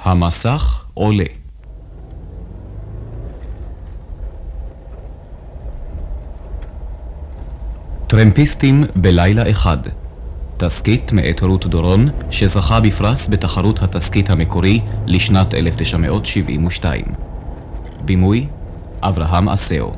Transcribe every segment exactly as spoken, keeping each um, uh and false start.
המסך עולה. טרמפיסטים בלילה אחד. תסקית מאת רות דורון, שזכה בפרס בתחרות התסקית המקורי לשנת אלף תשע מאות שבעים ושתיים. בימוי אברהם אסאו.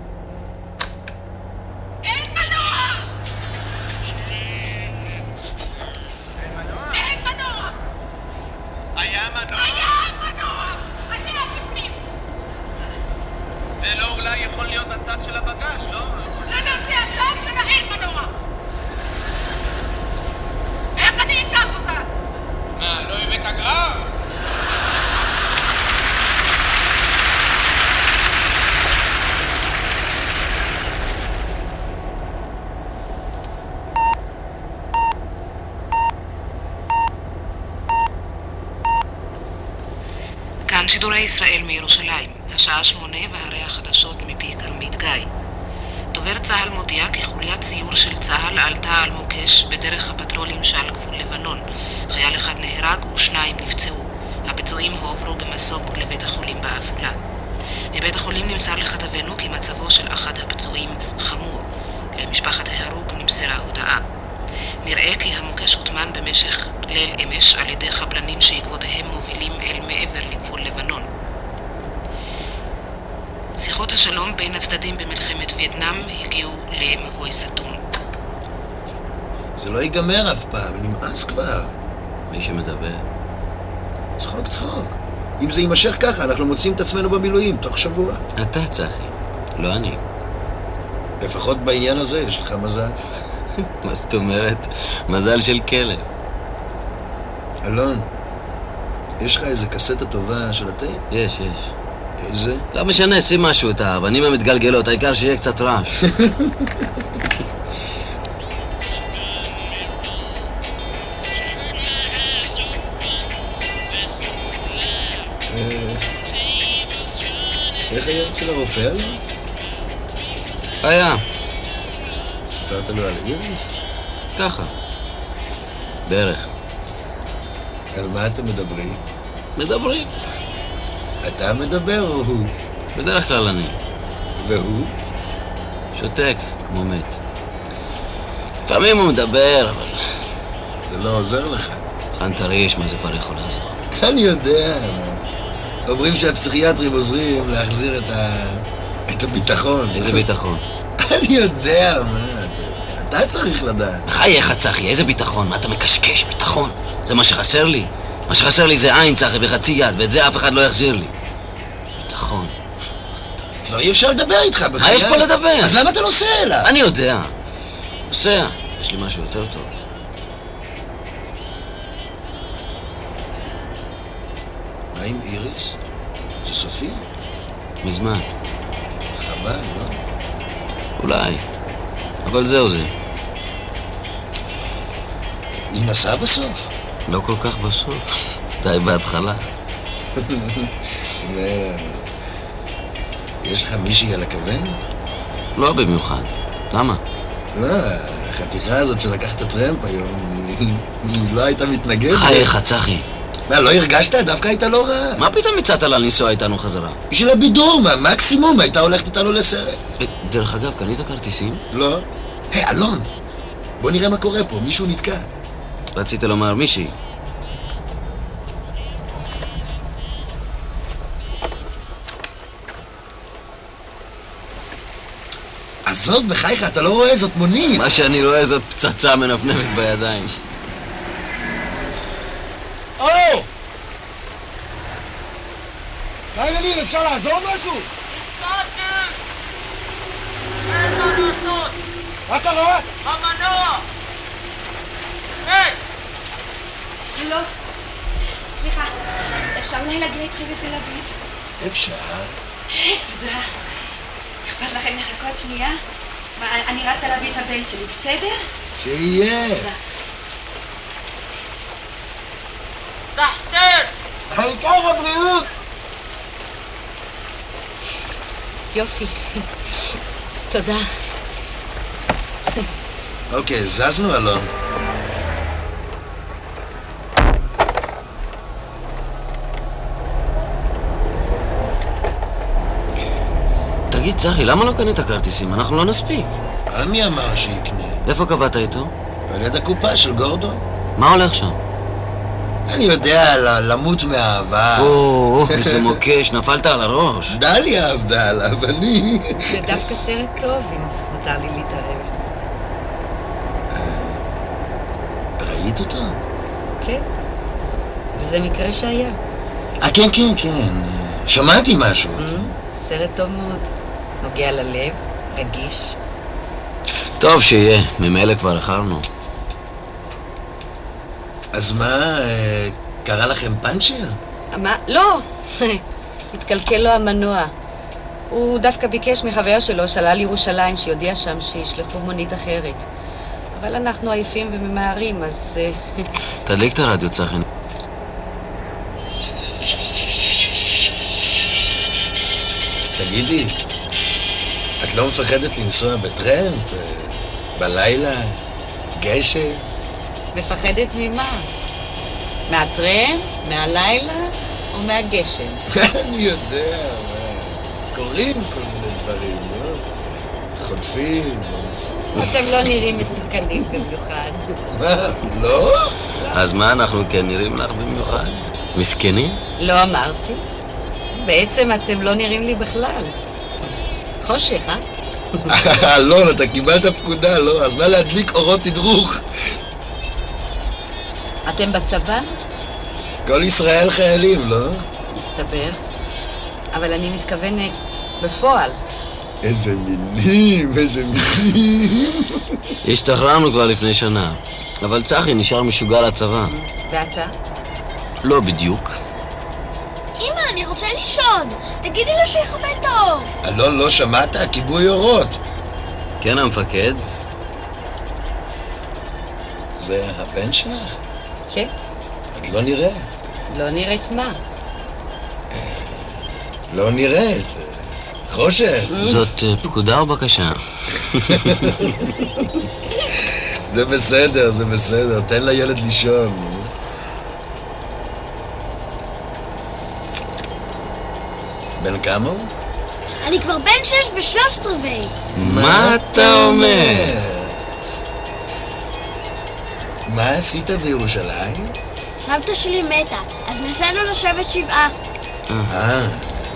כאן שידורי ישראל מירושלים, השעה שמונה והרי החדשות מפי כרמית גיא. דובר צה"ל מודיע כי חוליית סיור של צה"ל עלתה על מוקש בדרך הפטרולים שעל גבול לבנון. חייל אחד נהרג ושניים נפצעו. הפצועים הועברו במסוק לבית החולים בעפולה. מבית החולים נמסר לכתבנו כי מצבו של אחד הפצועים חמור. למשפחת ההרוג נמסרה הודעה. נראה כי המוקש הוטמן במשך ליל אמש על ידי חבלנים שעקבותיהם מובילים אל מעבר לגבול לבנון. שיחות השלום בין הצדדים במלחמת וייטנאם הגיעו למבוי סתום. זה לא ייגמר אף פעם, נמאס כבר. מי שמדבר? צחוק צחוק. אם זה יימשך ככה, אנחנו מוצאים את עצמנו במילואים תוך שבוע. אתה צחי, לא אני. לפחות בעניין הזה יש לך מזל. מה זאת אומרת? מזל של כלב. אלון, יש לך איזה קסטה טובה של הטייפ? יש, יש. איזה? לא משנה, שים משהו את האבנים המתגלגלות, העיקר שיהיה קצת רעש. איך היה אצל הרופא הזה? היה. סיפרת לו על איריס? ככה. בערך. על מה אתם מדברים? מדברים. אתה מדבר או הוא? בדרך כלל אני. והוא? שותק, כמו מת. לפעמים הוא מדבר, אבל... זה לא עוזר לך. חנטריש, מה זה כבר יכול לעזור? אני יודע. אומרים שהפסיכיאטרים עוזרים להחזיר את ה... את הביטחון. איזה ביטחון? אני יודע, מה? אתה צריך לדעת. חייך, צחי, איזה ביטחון? מה אתה מקשקש? ביטחון? זה מה שחסר לי? מה שחסר לי זה עין, צחי, וחצי יד, ואת זה אף אחד לא יחזיר לי. ביטחון. כבר אי אפשר לדבר איתך בחיי. מה יש פה לדבר? אז למה אתה נוסע אליו? אני יודע. נוסע. יש לי משהו יותר טוב. מה עם איריס? זה סופי? מזמן. חבל, לא? אולי. אבל זהו זה. היא נסעה בסוף? לא כל כך בסוף. די בהתחלה. יש לך מישהי על הכוון? לא במיוחד. למה? לא, החתיכה הזאת שלקחת טרמפ היום, היא לא הייתה מתנגדת. חייך, צחי. מה, לא הרגשת? דווקא הייתה לא רעה. מה פתאום הצעת לה לנסוע איתנו חזרה? בשביל הבידור, מה? מקסימום הייתה הולכת איתנו לסרט. דרך אגב, קנית כרטיסים? לא. היי, אלון, בוא נראה מה קורה פה, מישהו נתקע. רצית לומר מישהי. עזוב בחייך, אתה לא רואה, זאת מונית. מה שאני רואה זאת פצצה מנפנפת בידיים. או! מה העניינים, אפשר לעזור משהו? נתקעתם! אין מה לעשות! מה קרה? המנוע! היי! שלום. סליחה, אפשר אולי להגיע איתכם לתל אביב? אפשר. תודה. אכפת לכם לחכות שנייה? מה, אני רצה להביא את הבן שלי, בסדר? שיהיה. תודה. סחטן! העיקר הבריאות! יופי. תודה. אוקיי, זזנו אלון. תגיד, צחי, למה לא קנית כרטיסים? אנחנו לא נספיק. מי אמר שיקנה? איפה קבעת איתו? על יד הקופה של גורדון. מה הולך שם? אני יודע, למות מאהבה. או, איזה מוקש, נפלת על הראש. דליה עבדה עליו, אני... זה דווקא סרט טוב, אם נותר לי להתערב. ראית אותו? כן, וזה מקרה שהיה. אה, כן, כן, כן. שמעתי משהו. סרט טוב מאוד. נוגע ללב, רגיש. טוב שיהיה, ממילא כבר אחרנו. אז מה, קרה לכם פאנצ'ר? מה? לא! התקלקל לו המנוע. הוא דווקא ביקש מחבר שלו שעלה לירושלים שיודיע שם שישלחו מונית אחרת. אבל אנחנו עייפים וממהרים, אז... תדליק את הרדיו, צחי. תגידי, את לא מפחדת לנסוע בטרמפ? בלילה? גשם? מפחדת ממה? מהטרמפ? מהלילה? או מהגשם? אני יודע, קוראים כל מיני דברים, לא? חוטפים, אתם לא נראים מסוכנים במיוחד. מה? לא? אז מה, אנחנו כן נראים לך במיוחד? מסכנים? לא אמרתי. בעצם אתם לא נראים לי בכלל. חושך, אה? אלון, אתה קיבלת פקודה, לא? אז נא להדליק אורות תדרוך. אתם בצבא? כל ישראל חיילים, לא? מסתבר. אבל אני מתכוונת בפועל. איזה מילים, איזה מילים. השתחררנו כבר לפני שנה, אבל צחי נשאר משוגע לצבא. ואתה? לא בדיוק. אמא, אני רוצה לישון. תגידי לו שיכבה את האור. אלון, לא שמעת? כיבוי אורות. כן, המפקד? זה הבן שלך? כן. את לא נראית. לא נראית מה? לא נראית. חושך. זאת פקודה או בקשה? זה בסדר, זה בסדר. תן לילד לישון. בן כמה הוא? אני כבר בן שש ושלושת רבעי. מה אתה אומר? מה עשית בירושלים? סבתא שלי מתה, אז נסענו לשבת שבעה. אה.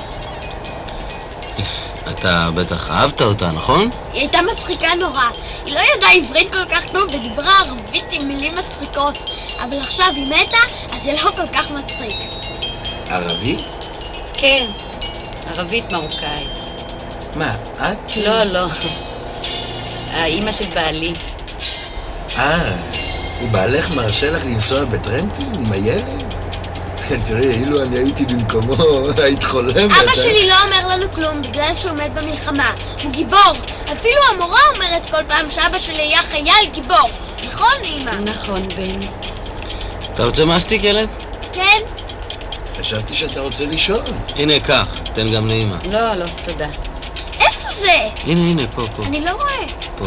אתה בטח אהבת אותה, נכון? היא הייתה מצחיקה נורא. היא לא ידעה עברית כל כך טוב ודיברה ערבית עם מילים מצחיקות. אבל עכשיו היא מתה, אז זה לא כל כך מצחיק. ערבית? כן. ערבית מרוקאית. מה, את? לא, לא. האמא של בעלי. אה, ובעלך מרשה לך לנסוע בטרמפים עם הילד? תראי, אילו אני הייתי במקומו, היית חולמת. אבא שלי לא אומר לנו כלום בגלל שהוא מת במלחמה. הוא גיבור. אפילו המורה אומרת כל פעם שאבא שלי היה חייל גיבור. נכון, אמא? נכון, בן. אתה רוצה מסטיק, ילד? כן. חשבתי שאתה רוצה לישון. הנה, קח, תן גם לאמא. לא, לא, תודה. איפה זה? הנה, הנה, פה, פה. אני לא רואה. פה.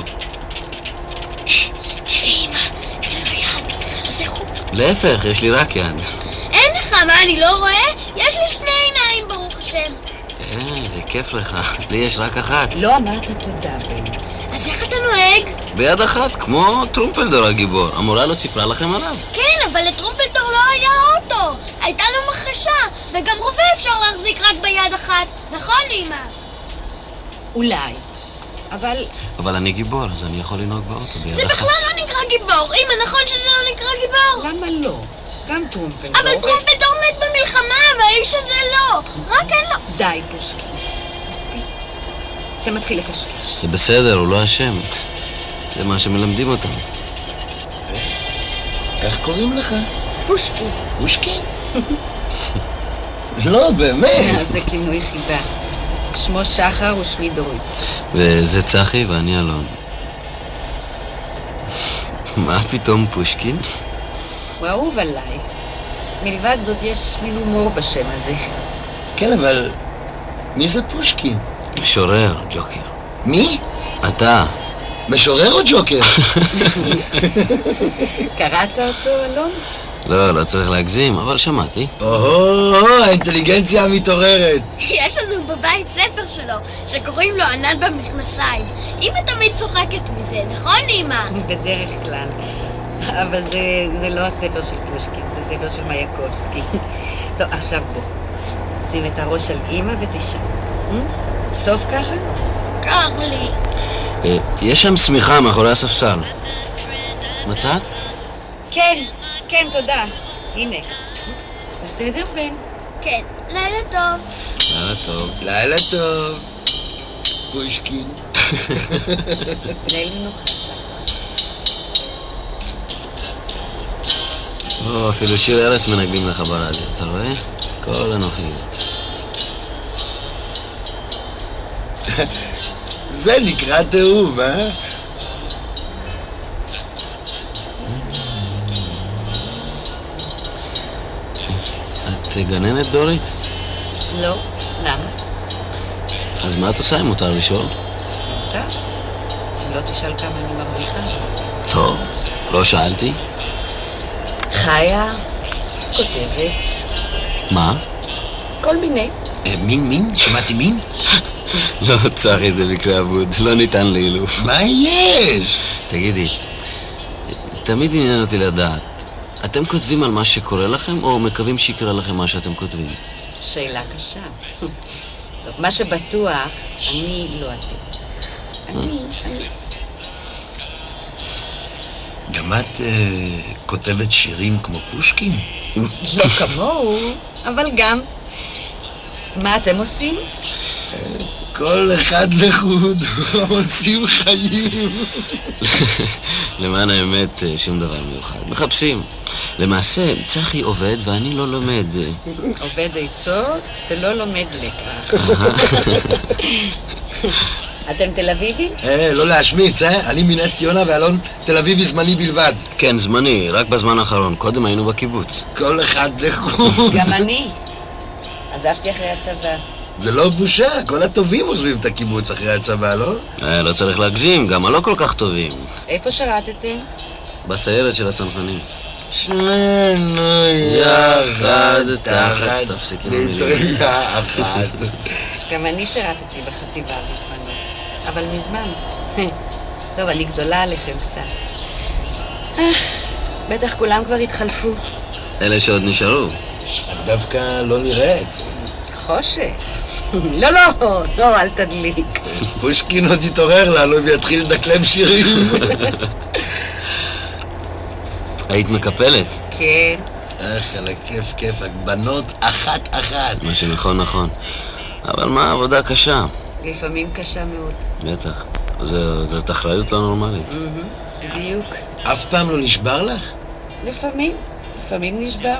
תראי, אמא, אין לו יד. אז איך הוא? להפך, יש לי רק יד. אין לך, מה, אני לא רואה? יש לי שני עיניים, ברוך השם. אה, זה כיף לך. לי יש רק אחת. לא אמרת תודה, בן. אז איך אתה נוהג? ביד אחת, כמו טרומפלדור הגיבור. המורה לא סיפרה לכם עליו. כן, אבל לטרומפלדור לא היה אוטו. הייתה לו מחרשה, וגם רובה אפשר להחזיק רק ביד אחת. נכון, אמא? אולי. אבל... אבל אני גיבור, אז אני יכול לנהוג באוטו ביד זה אחת. בכלל לא נקרא גיבור. אמא, נכון שזה לא נקרא גיבור? למה לא? גם טרומפלדור. אבל טרומפלדור מת במלחמה, והאיש הזה לא. רק אין לו... די, פושקין. מספיק. אתה מתחיל לקשקש. זה בסדר, הוא לא אשם. זה מה שמלמדים אותם. איך קוראים לך? פושקין. פושקין? לא, באמת. זה כינוי חיבה. שמו שחר ושמי דורית. וזה צחי ואני אלון. מה פתאום פושקין? הוא אהוב עליי. מלבד זאת יש מין הומור בשם הזה. כן, אבל מי זה פושקין? משורר, ג'וקר. מי? אתה. משורר או ג'וקר? קראת אותו, אלון? לא, לא צריך להגזים, אבל שמעתי. או-הו, האינטליגנציה המתעוררת. יש לנו בבית ספר שלו, שקוראים לו ענן במכנסיים. אמא תמיד צוחקת מזה, נכון אמא? בדרך כלל. אבל זה, זה לא הספר של פושקין, זה ספר של מייקובסקי. טוב, עכשיו בוא. שים את הראש על אמא ותשאל. טוב ככה? קר לי. אה, יש שם שמיכה מאחורי הספסל. מצאת? כן, כן, תודה. הנה. בסדר, בן? כן, לילה טוב. לילה טוב. לילה טוב. פושקין. לילה נוחה. או, אפילו שיר ארס מנגנים לך ברדיו, אתה רואה? כל הנוחיות. זה נקרא תאום, אה? את גננת, דורית? לא, למה? אז מה את עושה אם מותר לשאול? אתה? אם לא תשאל כמה אני מרוויחה. טוב, לא שאלתי. חיה, כותבת, מה? כל מיני. אה, מין מין? שמעתי מין? לא, צחי, זה מקרה אבוד, לא ניתן לאילוף. מה יש? תגידי, תמיד עניין אותי לדעת, אתם כותבים על מה שקורה לכם, או מקווים שיקרה לכם מה שאתם כותבים? שאלה קשה. טוב, מה שבטוח, אני לא אתם. אני, אני. גם את אה, כותבת שירים כמו פושקין? לא כמוהו, אבל גם. מה אתם עושים? כל אחד לחוד, עושים חיים. למען האמת, שום דבר מיוחד. מחפשים. למעשה, צחי עובד ואני לא לומד. עובד עצות ולא לומד לקח. אתם תל אביבי? אה, לא להשמיץ, אה? אני מנס ציונה ואלון תל אביבי זמני בלבד. כן, זמני, רק בזמן האחרון. קודם היינו בקיבוץ. כל אחד לחוד. גם אני. עזבתי אחרי הצבא. זה לא בושה, כל הטובים עוזבים את הקיבוץ אחרי הצבא, לא? אה, לא צריך להגזים, גם הלא כל כך טובים. איפה שירתתם? בסיירת של הצנחנים. שנינו יחד תחת, תפסיק עם המילים. מטריה אחת. גם אני שירתתי בחטיבה בזמנו, אבל מזמן. טוב, אני גזולה עליכם קצת. בטח כולם כבר התחלפו. אלה שעוד נשארו. את דווקא לא נראית. חושך. לא, לא, לא, אל תדליק. פושקין עוד יתעורר לנו ויתחיל לדקלם שירים. היית מקפלת? כן. איך, על הכיף כיף, בנות אחת-אחת. מה שנכון נכון. אבל מה, עבודה קשה. לפעמים קשה מאוד. בטח. זה- זאת אחריות לא נורמלית. בדיוק. אף פעם לא נשבר לך? לפעמים. לפעמים נשבר.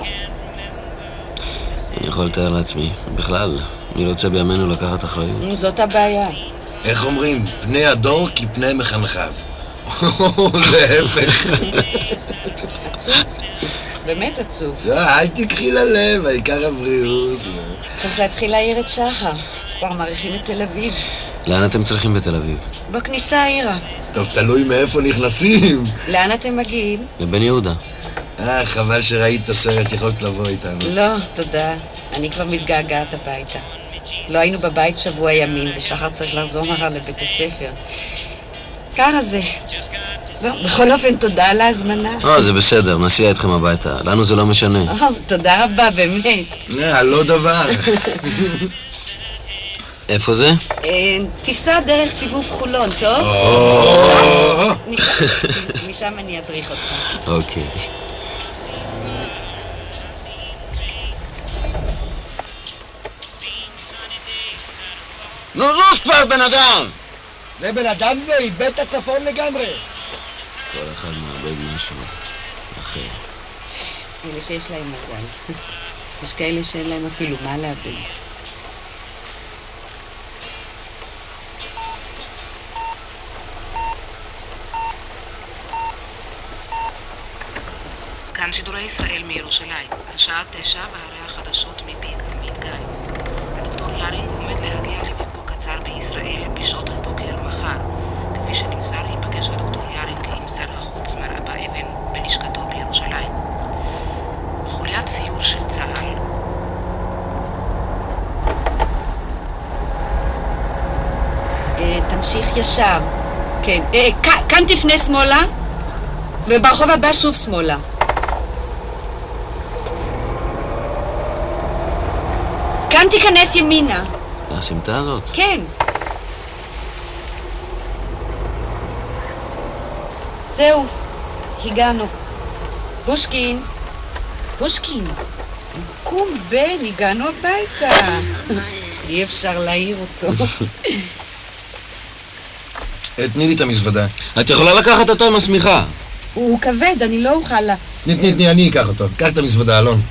אני יכול לתאר לעצמי. בכלל, מי רוצה בימינו לקחת אחריות? זאת הבעיה. איך אומרים? פני הדור כפני מחנכיו. להפך. עצוב. באמת עצוב. לא, אל תקחי ללב, העיקר הבריאות. צריך להתחיל להעיר את שחר. כבר מעריכים את תל אביב. לאן אתם צריכים בתל אביב? בכניסה העירה. טוב, תלוי מאיפה נכנסים. לאן אתם מגיעים? לבן יהודה. אה, חבל שראית את הסרט, יכולת לבוא איתנו. לא, תודה. אני כבר מתגעגעת הביתה. לא היינו בבית שבוע ימים, ושחר צריך לחזור מחר לבית הספר. ככה זה. לא, בכל אופן, תודה על ההזמנה. אה, זה בסדר, נסיע אתכם הביתה. לנו זה לא משנה. או, תודה רבה, באמת. אה, לא דבר. איפה זה? אה, תיסע דרך סיבוב חולון, טוב? או, משם- משם אני אדריך אותך. אוקיי. נו זוז כבר, בן אדם! זה בן אדם זה, איבד את הצפון לגמרי. כל אחד מאבד משהו אחר. אלה שיש להם מזל. יש כאלה שאין להם אפילו מה לאבד. כאן שידורי ישראל מירושלים, השעה תשע והרי החדשות מפי כרמית גיא. הדוקטור יארינג עומד להגיע לביקור קצר בישראל בשעות הבוקר מחר. כפי שנמסר, ייפגש הדוקטור יארינג עם שר החוץ מר אבא אבן בלשכתו בירושלים. חוליית סיור של צה"ל. תמשיך ישר. כן. כאן תפנה שמאלה, וברחוב הבא שוב שמאלה. כאן תיכנס ימינה. הסמטה הזאת? כן. זהו, הגענו. פושקין, פושקין, קום בן, הגענו הביתה. אי אפשר להעיר אותו. תני לי את המזוודה. את יכולה לקחת אותו עם השמיכה. הוא כבד, אני לא אוכל לה. תני, תני, תני, אני אקח אותו. קח את המזוודה, אלון.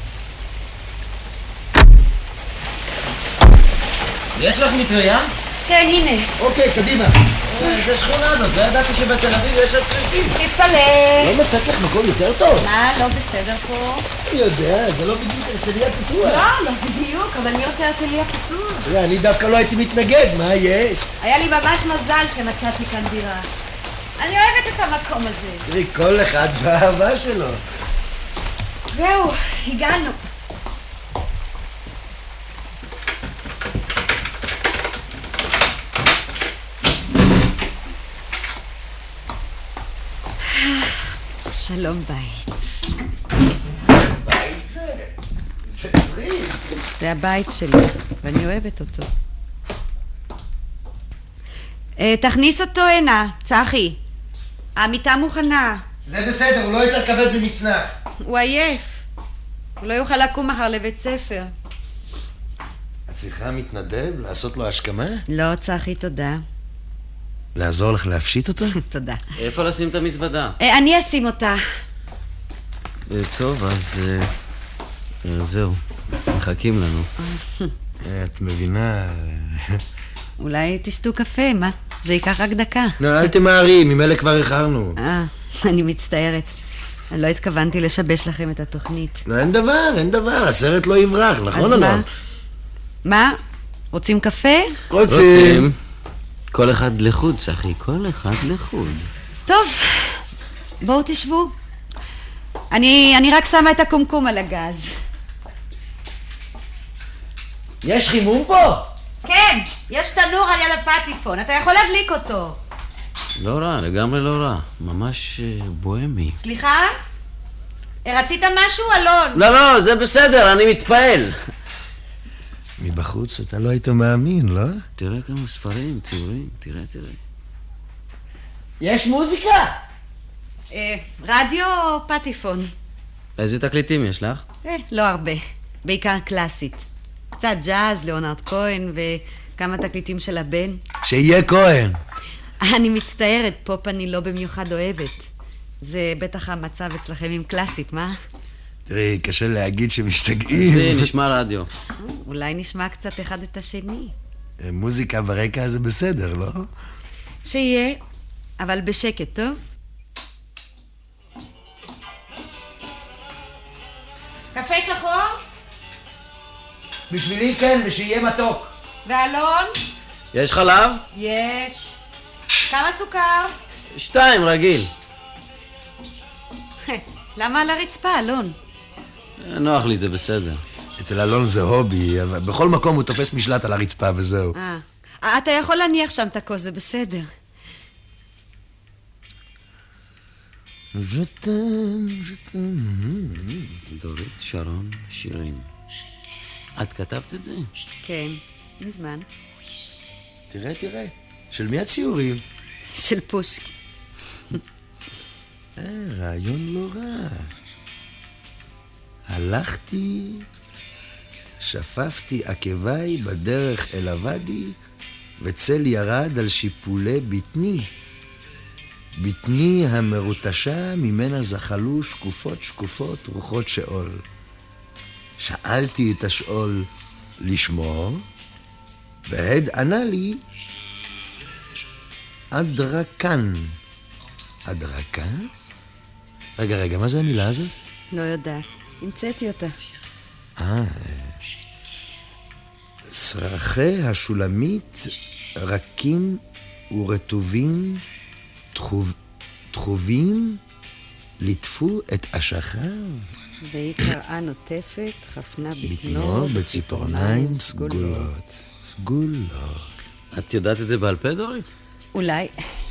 יש לך מטריה? כן, הנה. אוקיי, קדימה. איזה שכונה הזאת, לא ידעתי שבתל אביב יש עוד צריפים. תתפלא. לא מצאת לך מקום יותר טוב? מה, לא בסדר פה? אני יודע, זה לא בדיוק הרצליה פיתוח. לא, לא בדיוק, אבל מי רוצה הרצליה פיתוח? תראה, אני דווקא לא הייתי מתנגד, מה יש? היה לי ממש מזל שמצאתי כאן דירה. אני אוהבת את המקום הזה. תראי, כל אחד באהבה שלו. זהו, הגענו. שלום בית. בית זה? זה צריף. זה הבית שלי, ואני אוהבת אותו. תכניס אותו הנה, צחי. המיטה מוכנה. זה בסדר, הוא לא יותר כבד ממצנח. הוא עייף. הוא לא יוכל לקום מחר לבית ספר. את צריכה מתנדב לעשות לו השכמה? לא, צחי, תודה. לעזור לך להפשיט אותו? תודה. איפה לשים את המזוודה? אני אשים אותה. טוב, אז זהו, מחכים לנו. את מבינה... אולי תשתו קפה, מה? זה ייקח רק דקה. לא, אל תמהרי, ממילא כבר איחרנו. אה, אני מצטערת. אני לא התכוונתי לשבש לכם את התוכנית. לא, אין דבר, אין דבר, הסרט לא יברח, נכון או לא? אז מה? מה? רוצים קפה? רוצים. כל אחד לחוד, צחי, כל אחד לחוד. טוב, בואו תשבו. אני, אני רק שמה את הקומקום על הגז. יש חימום פה? כן, יש תנור על יד הפטיפון, אתה יכול להדליק אותו. לא רע, לגמרי לא רע, ממש בוהמי. סליחה? רצית משהו, אלון? לא, לא, זה בסדר, אני מתפעל. מבחוץ אתה לא היית מאמין, לא? תראה כמה ספרים, ציורים, תראה, תראה. יש מוזיקה? אה, רדיו או פטיפון? איזה תקליטים יש לך? אה, לא הרבה, בעיקר קלאסית. קצת ג'אז, ליאונרד כהן וכמה תקליטים של הבן. שיהיה כהן. אני מצטערת, פופ אני לא במיוחד אוהבת. זה בטח המצב אצלכם עם קלאסית, מה? תראי, קשה להגיד שמשתגעים. עזבי, נשמע רדיו. אולי נשמע קצת אחד את השני. מוזיקה ברקע זה בסדר, לא? שיהיה, אבל בשקט, טוב? קפה שחור? בשבילי כן, ושיהיה מתוק. ואלון? יש חלב? יש. כמה סוכר? שתיים, רגיל. למה על הרצפה, אלון? נוח לי, זה בסדר. אצל אלון זה הובי, אבל בכל מקום הוא תופס משלט על הרצפה וזהו. אה, אתה יכול להניח שם את הכוס, זה בסדר. ז'תם, ז'תם. דורית שרון שירים. את כתבת את זה? כן, מזמן. תראה, תראה. של מי הציורים? של פושקין. אה, רעיון לא רע. הלכתי, שפפתי עקביי בדרך אל הוואדי, וצל ירד על שיפולי בטני. בטני המרוטשה ממנה זחלו שקופות שקופות רוחות שאול. שאלתי את השאול לשמו, והד ענה לי, אדרקן. אדרקן? רגע, רגע, מה זה המילה הזאת? לא יודעת, המצאתי אותה. אה, שרחי השולמית רכים ורטובים, תחוב, תחובים, ליטפו את אשכיו. והיא קראה נוטפת, חפנה בטנו בציפורניים סגולות. סגולות. את יודעת את זה בעל פה, דורית? אולי.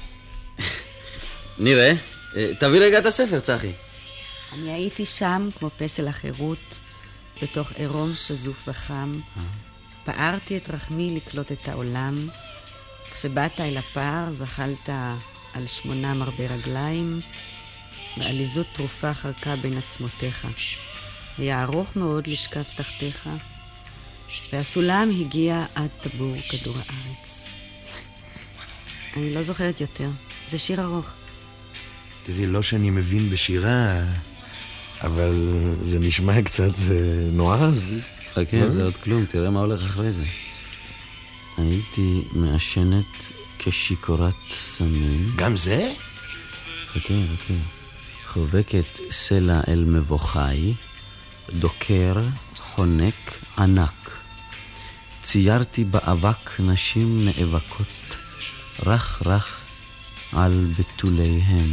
נראה. תביא רגע את הספר, צחי. אני הייתי שם כמו פסל החירות, בתוך עירום שזוף וחם. פערתי את רחמי לקלוט את העולם. כשבאת אל הפער זחלת על שמונה מרבה רגליים, ועליזות תרופה חרקה בין עצמותיך. היה ארוך מאוד לשכב תחתיך, והסולם הגיע עד טבור כדור הארץ. אני לא זוכרת יותר. זה שיר ארוך. תראי, לא שאני מבין בשירה, אבל זה נשמע קצת נועז. חכה, זה עוד כלום, תראה מה הולך אחרי זה. הייתי מעשנת כשיקורת סמים. גם זה? חכה, חכה. חובקת סלע אל מבוכי, דוקר, חונק, ענק. ציירתי באבק נשים נאבקות, רך רך על בתוליהם.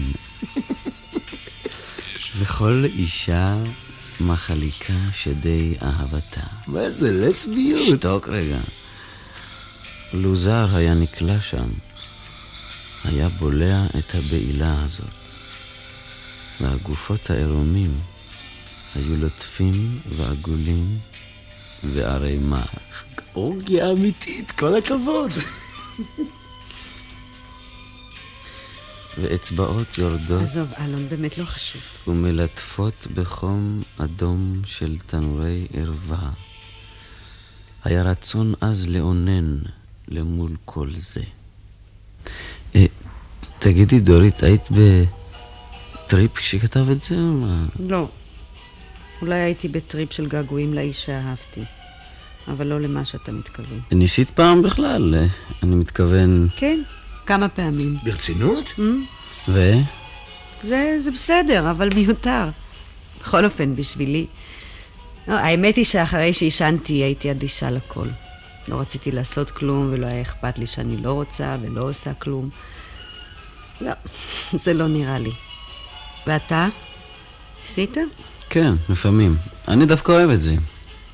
וכל אישה מחליקה שדי אהבתה. מה זה, לסביות? שתוק רגע. לוזר היה נקלע שם. היה בולע את הבעילה הזאת. והגופות העירומים היו לוטפים ועגולים וערי מח. אורגיה אמיתית, כל הכבוד. ואצבעות יורדות עזוב, אלון, באמת לא חשוב. ומלטפות בחום אדום של תנורי ערווה. היה רצון אז לאונן למול כל זה. אה, תגידי, דורית, היית בטריפ כשכתב את זה? מה? לא. אולי הייתי בטריפ של געגועים לאיש שאהבתי, אבל לא למה שאתה מתכוון. ניסית פעם בכלל? אני מתכוון... כן, כמה פעמים. ברצינות? Mm? ו? זה, זה בסדר, אבל מיותר. בכל אופן, בשבילי. לא, האמת היא שאחרי שישנתי הייתי אדישה לכל. לא רציתי לעשות כלום, ולא היה אכפת לי שאני לא רוצה ולא עושה כלום. לא, זה לא נראה לי. ואתה? עשית? כן, לפעמים. אני דווקא אוהב את זה.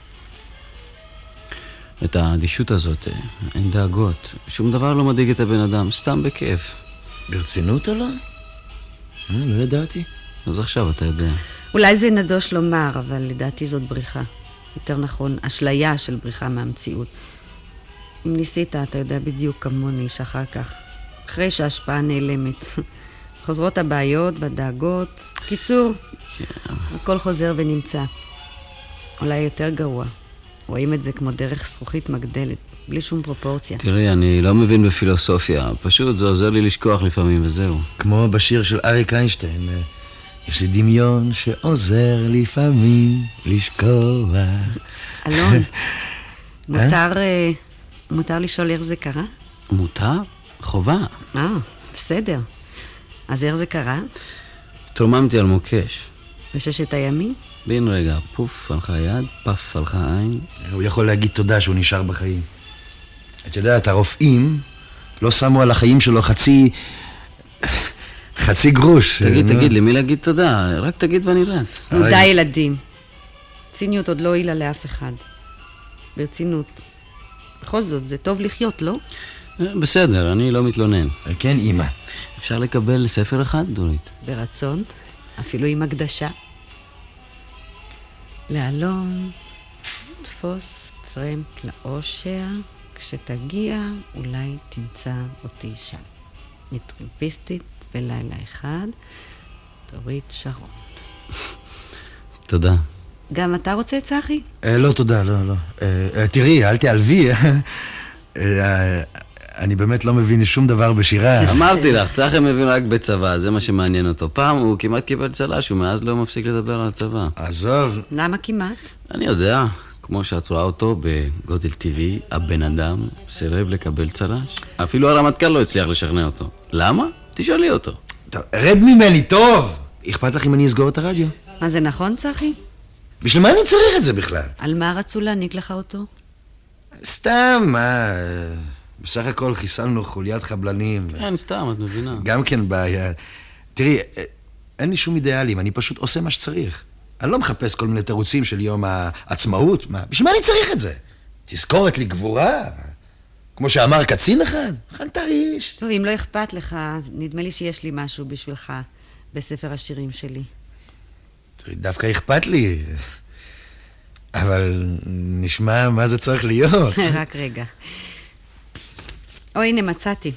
את האדישות הזאת, אין דאגות. שום דבר לא מדאיג את הבן אדם, סתם בכיף. ברצינות או לא? אה, לא ידעתי. אז עכשיו אתה יודע. אולי זה נדוש לומר, אבל לדעתי זאת בריחה. יותר נכון, אשליה של בריחה מהמציאות. אם ניסית, אתה יודע בדיוק כמוני שאחר כך. אחרי שההשפעה נעלמת. חוזרות הבעיות והדאגות. קיצור, כן. הכל חוזר ונמצא. אולי יותר גרוע. רואים את זה כמו דרך זכוכית מגדלת, בלי שום פרופורציה. תראי, אני לא מבין בפילוסופיה. פשוט זה עוזר לי לשכוח לפעמים וזהו. כמו בשיר של אריק איינשטיין. יש לי דמיון שעוזר לפעמים לשכוח. אלון, מותר, מותר לשאול איך זה קרה? מותר? חובה. אה, בסדר. אז איך זה קרה? תרוממתי על מוקש. בששת הימים? בין רגע, פוף, הלכה יד, פף, הלכה עין. הוא יכול להגיד תודה שהוא נשאר בחיים. את יודעת, הרופאים לא שמו על החיים שלו חצי... חצי גרוש. תגיד, תגיד, למי להגיד תודה? רק תגיד ואני רץ. די ילדים. ציניות עוד לא הועילה לאף אחד. ברצינות. בכל זאת, זה טוב לחיות, לא? בסדר, אני לא מתלונן. כן, אמא. אפשר לקבל ספר אחד, דורית? ברצון, אפילו עם הקדשה. לאלון, תפוס טרמפ לאושר, כשתגיע אולי תמצא אותי שם. מטרמפיסטית בלילה אחד, דורית שרון. תודה. גם אתה רוצה, צחי? אה, לא, תודה, לא, לא. אה, תראי, אל תעלבי. אני באמת לא מבין שום דבר בשירה. אמרתי לך, צחי מבין רק בצבא, זה מה שמעניין אותו. פעם הוא כמעט קיבל צל"ש, ומאז לא מפסיק לדבר על הצבא. עזוב. למה כמעט? אני יודע, כמו שאת רואה אותו בגודל טבעי, הבן אדם סירב לקבל צל"ש. אפילו הרמטכ"ל לא הצליח לשכנע אותו. למה? תשאלי אותו. טוב, רד ממני, טוב. אכפת לך אם אני אסגור את הרדיו? מה, זה נכון, צחי? בשביל מה אני צריך את זה בכלל? על מה רצו להעניק לך אותו? סתם, מה... בסך הכל חיסלנו חוליית חבלנים. כן, סתם, את מבינה. גם כן בעיה. תראי, אין לי שום אידיאלים, אני פשוט עושה מה שצריך. אני לא מחפש כל מיני תירוצים של יום העצמאות. מה? בשביל מה אני צריך את זה? תזכורת לי גבורה? כמו שאמר קצין אחד? חנטריש. טוב, אם לא אכפת לך, נדמה לי שיש לי משהו בשבילך בספר השירים שלי. דווקא אכפת לי. אבל נשמע מה זה צריך להיות. רק רגע. או, הנה, מצאתי.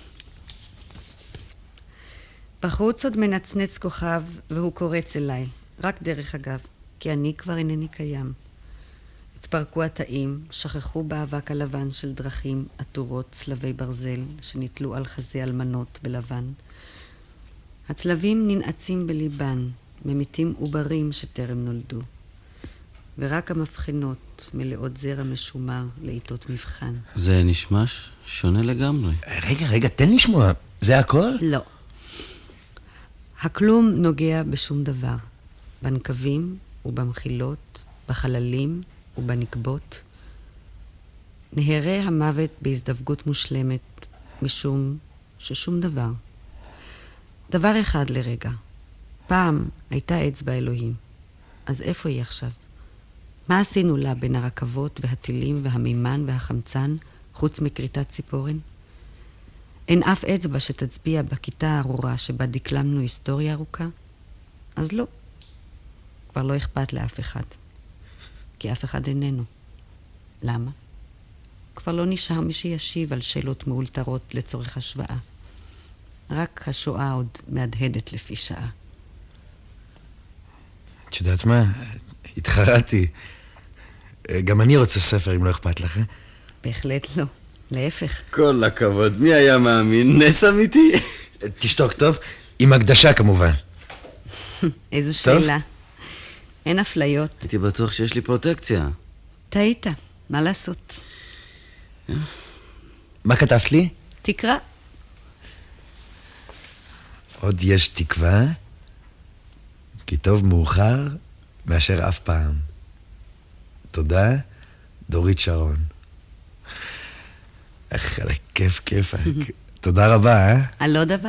בחוץ עוד מנצנץ כוכב, והוא קורץ אליי. רק דרך אגב, כי אני כבר אינני קיים. התפרקו התאים, שכחו באבק הלבן של דרכים עטורות צלבי ברזל שנתלו על חזה אלמנות בלבן. הצלבים ננעצים בליבן, ממיתים עוברים שטרם נולדו. ורק המבחנות מלאות זרע משומר לעיתות מבחן. זה נשמע שונה לגמרי. רגע, רגע, תן לשמוע. זה הכל? לא. הכלום נוגע בשום דבר. בנקבים ובמחילות, בחללים ובנקבות. נהרה המוות בהזדווגות מושלמת, משום ששום דבר. דבר אחד לרגע. פעם הייתה אצבע אלוהים. אז איפה היא עכשיו? מה עשינו לה בין הרכבות והטילים והמימן והחמצן, חוץ מקריטת ציפורן? אין אף אצבע שתצביע בכיתה הארורה שבה דקלמנו היסטוריה ארוכה? אז לא. כבר לא אכפת לאף אחד. כי אף אחד איננו. למה? כבר לא נשאר מי שישיב על שאלות מאולתרות לצורך השוואה. רק השואה עוד מהדהדת לפי שעה. את יודעת מה? התחרתי. גם אני רוצה ספר, אם לא אכפת לך. בהחלט לא. להפך. כל הכבוד, מי היה מאמין? נס אמיתי. תשתוק טוב, עם הקדשה כמובן. איזו שאלה. אין אפליות. הייתי בטוח שיש לי פרוטקציה. טעית, מה לעשות? מה כתבת לי? תקרא. עוד יש תקווה, כי טוב מאוחר מאשר אף פעם. תודה, דורית שרון. איך, כיף, כיף. תודה רבה, אה? על לא דבר.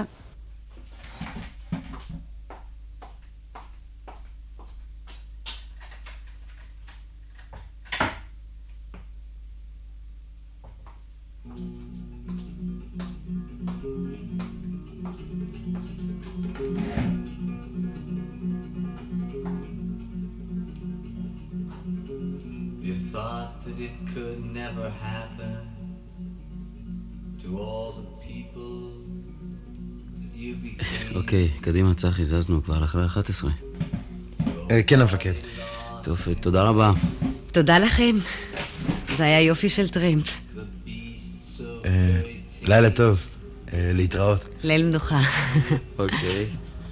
אוקיי, קדימה צחי, זזנו כבר אחרי אחת עשרה. כן, המפקד. טוב, תודה רבה. תודה לכם. זה היה יופי של טרמפ. לילה טוב. להתראות. ליל מנוחה. אוקיי.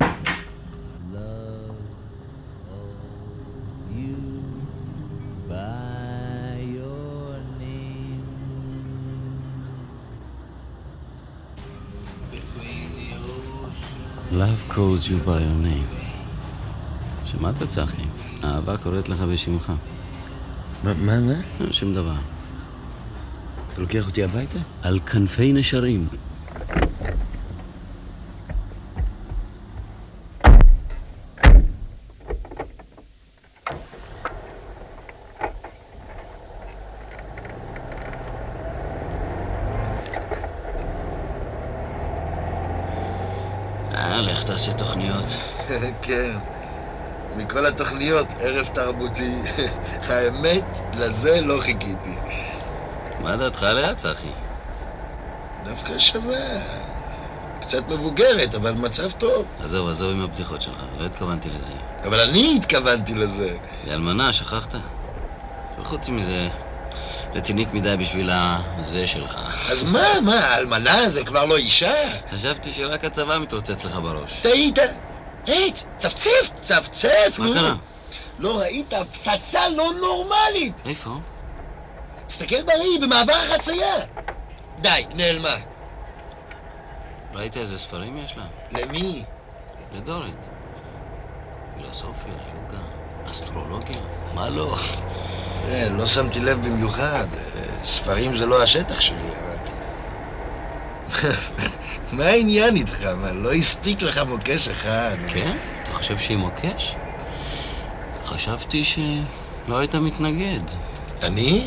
Love calls you by your name. שמעת צחי? האהבה קוראת לך בשמך. מה, מה, מה? שום דבר. אתה לוקח אותי הביתה? על כנפי נשרים. לך תעשה תוכניות. כן, מכל התוכניות, ערב תרבותי. האמת, לזה לא חיכיתי. מה דעתך עליה, צחי? דווקא שווה. קצת מבוגרת, אבל מצב טוב. עזוב, עזוב עם הבדיחות שלך, לא התכוונתי לזה. אבל אני התכוונתי לזה. היא אלמנה, שכחת? וחוץ מזה, רצינית מדי בשביל הזה שלך. אז מה, מה, אלמנה זה כבר לא אישה? חשבתי שרק הצבא מתרוצץ לך בראש. טעית? היי, צפצף, צפצף. מה קרה? לא ראית פצצה לא נורמלית. איפה? תסתכל בראי, במעבר החצייה. די, נעלמה. ראית איזה ספרים יש לה? למי? לדורית. פילוסופיה, יוגה, אסטרולוגיה, מה לא? תראה, לא שמתי לב במיוחד. ספרים זה לא השטח שלי, אבל... מה העניין איתך? מה, לא הספיק לך מוקש אחד? כן? אתה חושב שהיא מוקש? חשבתי שלא היית מתנגד. אני?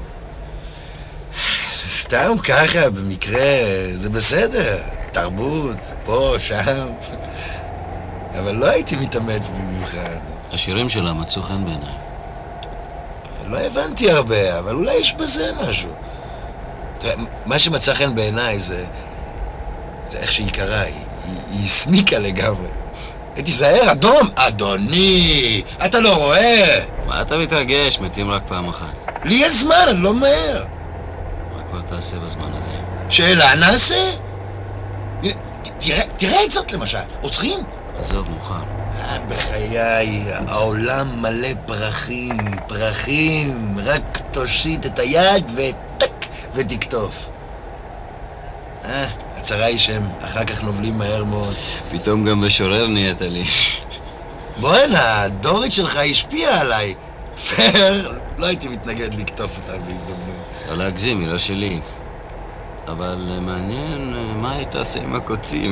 סתם ככה, במקרה, זה בסדר. תרבות, פה, שם. אבל לא הייתי מתאמץ במיוחד. השירים שלה מצאו חן בעיניי. לא הבנתי הרבה, אבל אולי יש בזה משהו. תראה, מה שמצא חן בעיניי זה... זה איך שהיא קרה, היא, היא, היא הסמיקה לגמרי. תיזהר, אדום! אדוני! אתה לא רואה? מה אתה מתרגש? מתים רק פעם אחת. לי יש זמן, אני לא מהר. מה כבר תעשה בזמן הזה? שאלה, נעשה? תראה, תראה את זאת למשל, עוצרים? עזוב, מאוחר. בחיי, העולם מלא פרחים, פרחים, רק תושיט את היד וטק ותקטוף. אה, הצרה היא שהם אחר כך נובלים מהר מאוד. פתאום גם משורר נהיית לי. בואנה, הדורית שלך השפיעה עליי. פייר, לא הייתי מתנגד לקטוף אותה בהזדמנות. לא להגזים, היא לא שלי. אבל מעניין מה היא תעשה עם הקוצים.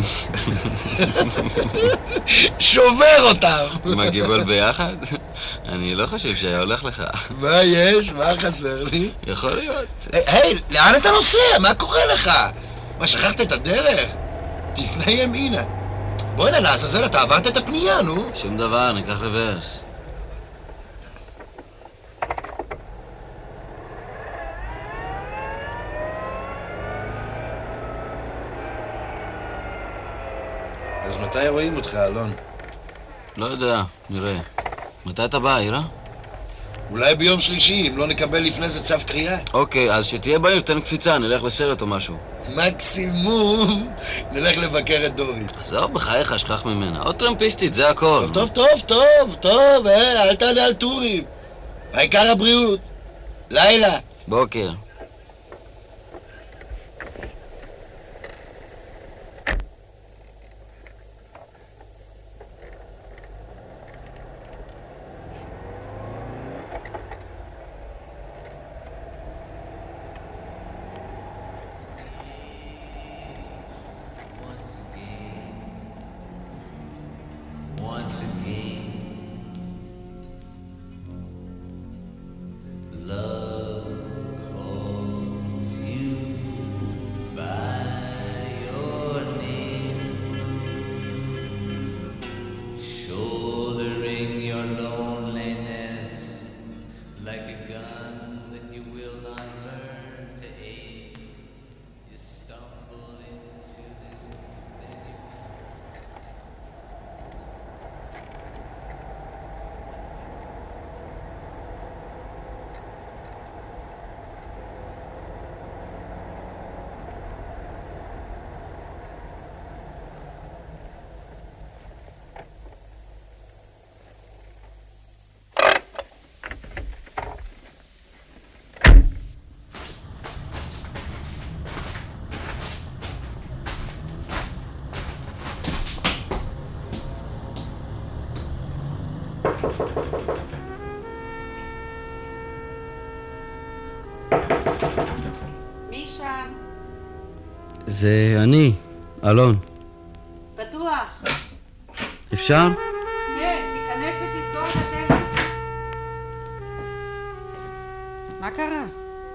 שובר אותם! עם הגיבול ביחד? אני לא חושב שהיה הולך לך. מה יש? מה חסר לי? יכול להיות. היי, לאן אתה נוסע? מה קורה לך? מה, שכחת את הדרך? תפנה ימינה. בואי נה, לעזאזל, אתה עברת את הפנייה, נו. שום דבר, ניקח רוורס. אז מתי רואים אותך, אלון? לא יודע, נראה. מתי אתה בא, אירה? אולי ביום שלישי, אם לא נקבל לפני זה צו קריאה. אוקיי, אז שתהיה בעיר, תן קפיצה, נלך לסרט או משהו. מקסימום, נלך לבקר את דורית. עזוב, בחייך, שכח ממנה. עוד טרמפיסטית, זה הכל. טוב, טוב, טוב, טוב, טוב, אה, אל תעלה על טורים. העיקר הבריאות. לילה. בוקר. מי שם? זה אני, אלון. פתוח. אפשר? כן, תיכנס ותסגור את הדלת. מה קרה?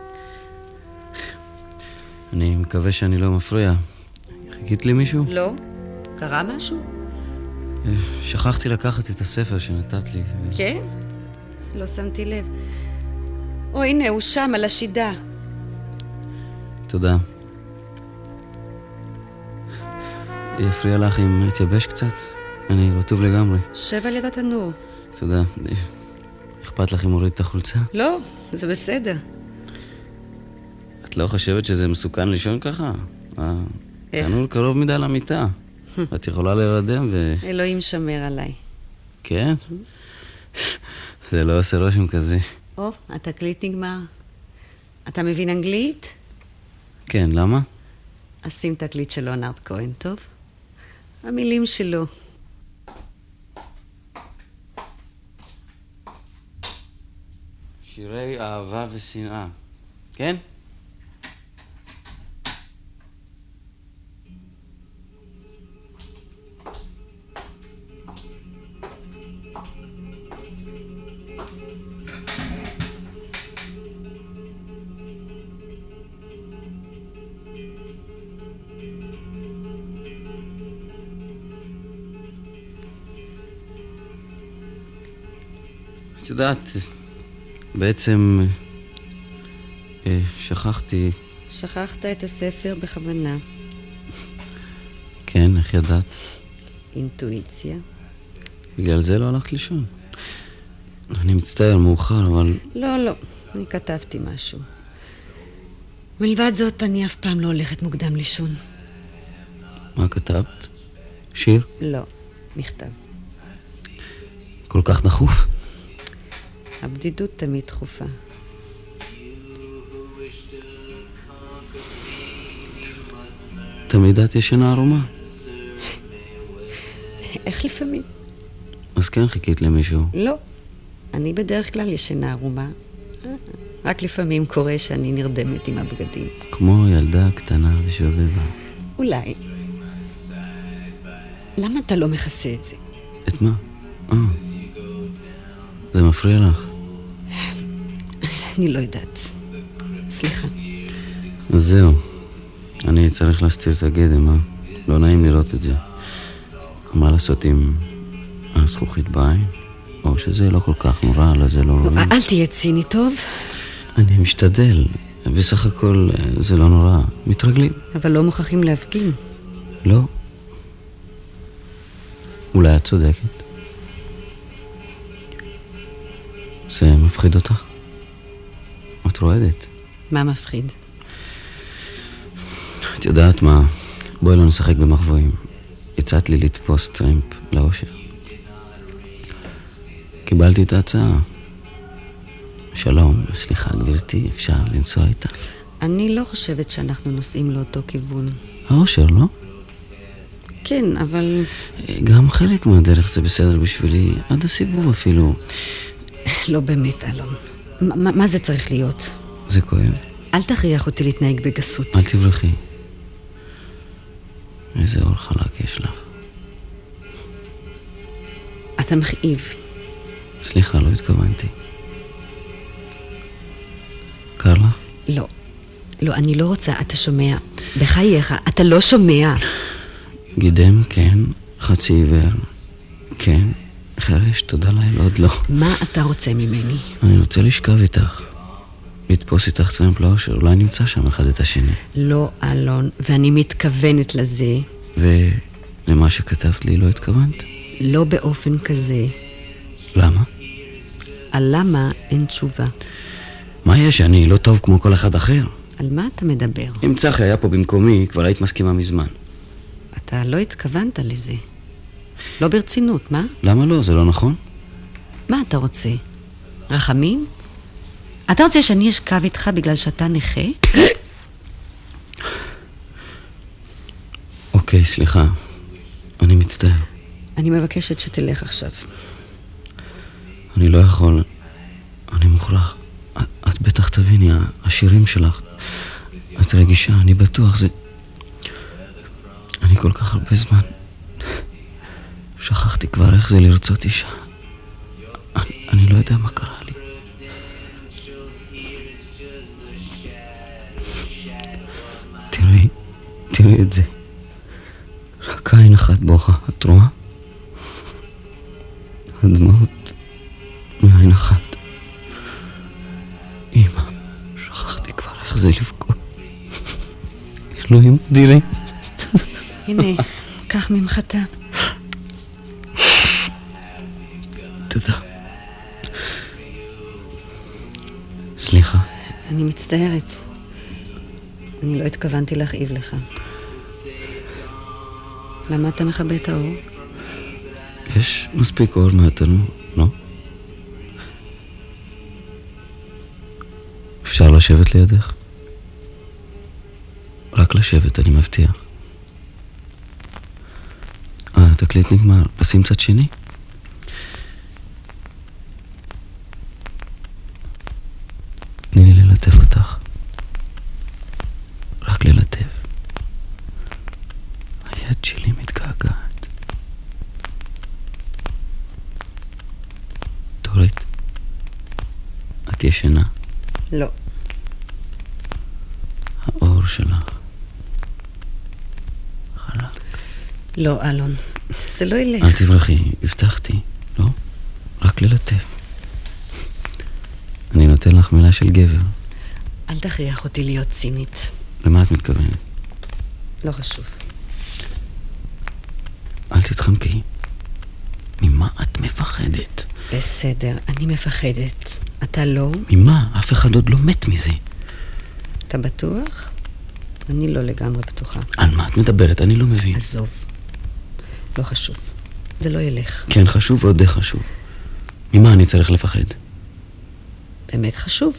אני מקווה שאני לא מפריע. חיכית לי מישהו? לא. קרה משהו? שכחתי לקחת את הספר שנתת לי. כן? לא שמתי לב. או, הנה, הוא שם, על השידה. תודה. יפריע לך אם אתייבש קצת? אני רטוב לגמרי. שב על יד התנור. תודה. אכפת לך אם הוריד את החולצה? לא, זה בסדר. את לא חושבת שזה מסוכן לישון ככה? איך? התנור קרוב מדי למיטה. את יכולה להירדם ו... אלוהים שמר עליי. כן? זה לא עושה רושם כזה. או, התקליט נגמר. אתה מבין אנגלית? כן, למה? אז שים תקליט של ליאונרד כהן, טוב? המילים שלו. שירי אהבה ושנאה. כן? את יודעת, בעצם אה, שכחתי... שכחת את הספר בכוונה. כן, איך ידעת? אינטואיציה. בגלל זה לא הלכת לישון. אני מצטער מאוחר, אבל... לא, לא, אני כתבתי משהו. מלבד זאת, אני אף פעם לא הולכת מוקדם לישון. מה כתבת? שיר? לא, מכתב. כל כך דחוף? הבדידות תמיד דחופה. תמיד את ישנה ערומה? איך לפעמים? אז כן חיכית למישהו. לא, אני בדרך כלל ישנה ערומה. רק לפעמים קורה שאני נרדמת עם הבגדים. כמו ילדה קטנה ושובבה. אולי. למה אתה לא מכסה את זה? את מה? אה, זה מפריע לך. אני לא יודעת. סליחה. אז זהו. אני צריך להסתיר את הגדם, אה? לא נעים לראות את זה. מה לעשות עם הזכוכית בעין? או שזה לא כל כך נורא, אלא זה לא... אל תהיה ציני, טוב? אני משתדל. בסך הכל זה לא נורא. מתרגלים. אבל לא מוכרחים להפגין. לא. אולי את צודקת. זה מפחיד אותך? את רועדת. מה מפחיד? את יודעת מה? בואי לא נשחק במחבואים. הצעת לי לתפוס טרמפ לאושר. קיבלתי את ההצעה. שלום, סליחה גברתי, אפשר לנסוע איתה? אני לא חושבת שאנחנו נוסעים לאותו כיוון. האושר, לא? כן, אבל... גם חלק מהדרך זה בסדר בשבילי, עד הסיבוב אפילו. לא באמת, אלון. מה, מה זה צריך להיות? זה כואב. אל תכריח אותי להתנהג בגסות. אל תברחי. איזה אור חלק יש לך. אתה מכאיב. סליחה, לא התכוונתי. קר לך? לא. לא, אני לא רוצה, אתה שומע. בחייך, אתה לא שומע. גידם, כן. חצי עיוור. כן. חרש, תודה לאל, עוד לא. מה אתה רוצה ממני? אני רוצה לשכב איתך. לתפוס איתך טרמפ לאושר, אולי נמצא שם אחד את השני. לא, אלון, ואני מתכוונת לזה. ולמה שכתבת לי לא התכוונת? לא באופן כזה. למה? על למה אין תשובה. מה יש? אני לא טוב כמו כל אחד אחר. על מה אתה מדבר? אם צחי היה פה במקומי, כבר היית מסכימה מזמן. אתה לא התכוונת לזה. לא ברצינות, מה? למה לא? זה לא נכון? מה אתה רוצה? רחמים? אתה רוצה שאני אשכב איתך בגלל שאתה נכה? אוקיי, סליחה. אני מצטער. אני מבקשת שתלך עכשיו. אני לא יכול. אני מוכרח. את, את בטח תביני, השירים שלך. את רגישה, אני בטוח, זה... אני כל כך הרבה זמן... שכחתי כבר איך זה לרצות אישה. אני, אני לא יודע מה קרה לי. תראי, תראי את זה. רק עין אחת בוכה, את רואה? הדמעות מעין אחת. אמא, שכחתי כבר איך זה לבכות. אלוהים אדירים. הנה, קח ממחתה. תודה. סליחה. אני מצטערת. אני לא התכוונתי להכאיב לך. למה אתה מכבה את האור? יש מספיק אור מהתנור, לא? אפשר לשבת לידך? רק לשבת, אני מבטיח. אה, התקליט נגמר. לשים צד שני? תני לי ללטף אותך. רק ללטף. היד שלי מתגעגעת. דורית, את ישנה? לא. האור שלך חלק. לא, אלון. זה לא ילך. אל תברחי, הבטחתי, לא? רק ללטף. נותן לך מילה של גבר. אל תכריח אותי להיות צינית. למה את מתכוונת? לא חשוב. אל תתחמקי. ממה את מפחדת? בסדר, אני מפחדת. אתה לא? ממה? אף אחד עוד לא מת מזה. אתה בטוח? אני לא לגמרי בטוחה. על מה את מדברת? אני לא מבין. עזוב. לא חשוב. זה לא ילך. כן, חשוב ועוד די חשוב. ממה אני צריך לפחד? באמת חשוב.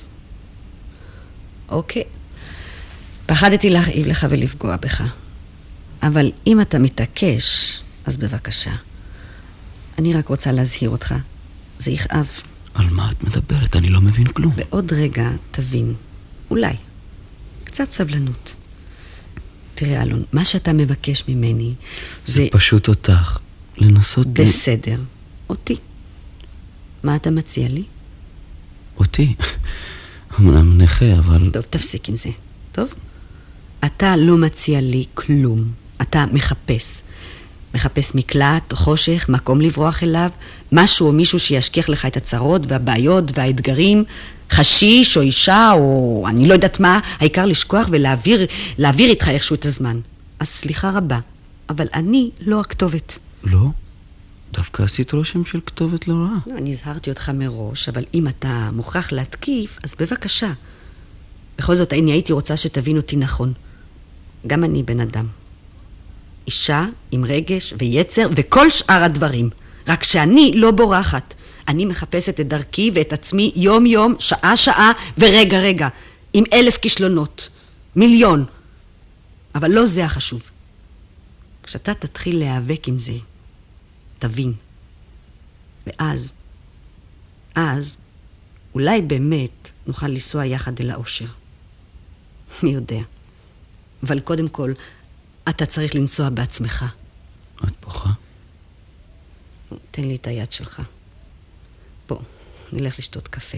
אוקיי. פחדתי להכאיב לך ולפגוע בך. אבל אם אתה מתעקש, אז בבקשה. אני רק רוצה להזהיר אותך. זה יכאב. על מה את מדברת? אני לא מבין כלום. בעוד רגע תבין. אולי. קצת סבלנות. תראה, אלון, מה שאתה מבקש ממני זה... זה... פשוט אותך. לנסות... בסדר. אותי. מה אתה מציע לי? אותי. אמנם נכה, אבל... טוב, תפסיק עם זה. טוב? אתה לא מציע לי כלום. אתה מחפש. מחפש מקלט או חושך, מקום לברוח אליו, משהו או מישהו שישכיח לך את הצרות והבעיות והאתגרים, חשיש או אישה או אני לא יודעת מה, העיקר לשכוח ולהעביר להעביר איתך איכשהו את הזמן. אז סליחה רבה, אבל אני לא הכתובת. לא? דווקא עשית רושם של כתובת לא רעה. לא, אני הזהרתי אותך מראש, אבל אם אתה מוכרח להתקיף, אז בבקשה. בכל זאת, אני הייתי רוצה שתבין אותי נכון. גם אני בן אדם. אישה עם רגש ויצר וכל שאר הדברים. רק שאני לא בורחת. אני מחפשת את דרכי ואת עצמי יום יום, שעה שעה ורגע רגע. עם אלף כישלונות. מיליון. אבל לא זה החשוב. כשאתה תתחיל להיאבק עם זה, תבין. ואז, אז, אולי באמת נוכל לנסוע יחד אל האושר. מי יודע. אבל קודם כל, אתה צריך לנסוע בעצמך. את בוכה? תן לי את היד שלך. בוא, נלך לשתות קפה.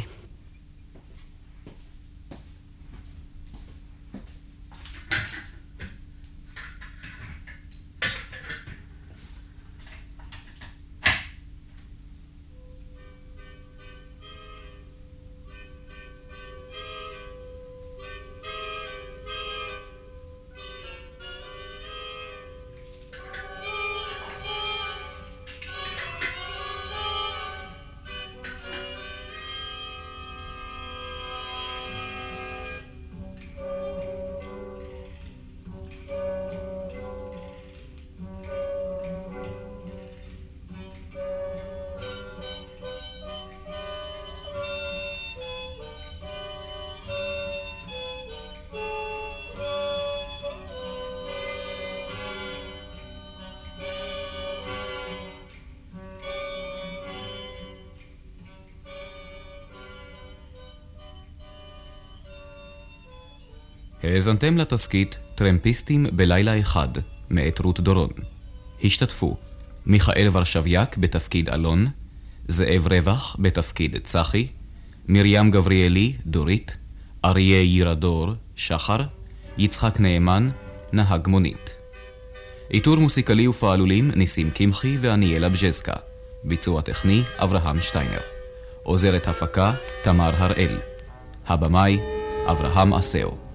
האזנתם לתסקית טרמפיסטים בלילה אחד, מאת רות דורון. השתתפו מיכאל ורשביאק בתפקיד אלון, זאב רווח בתפקיד צחי, מרים גבריאלי, דורית, אריה ירדור, שחר, יצחק נאמן, נהג מונית. איתור מוסיקלי ופעלולים ניסים קמחי ואניאלה בז'סקה. ביצוע טכני אברהם שטיינר. עוזרת הפקה תמר הראל. הבמאי אברהם אסאו.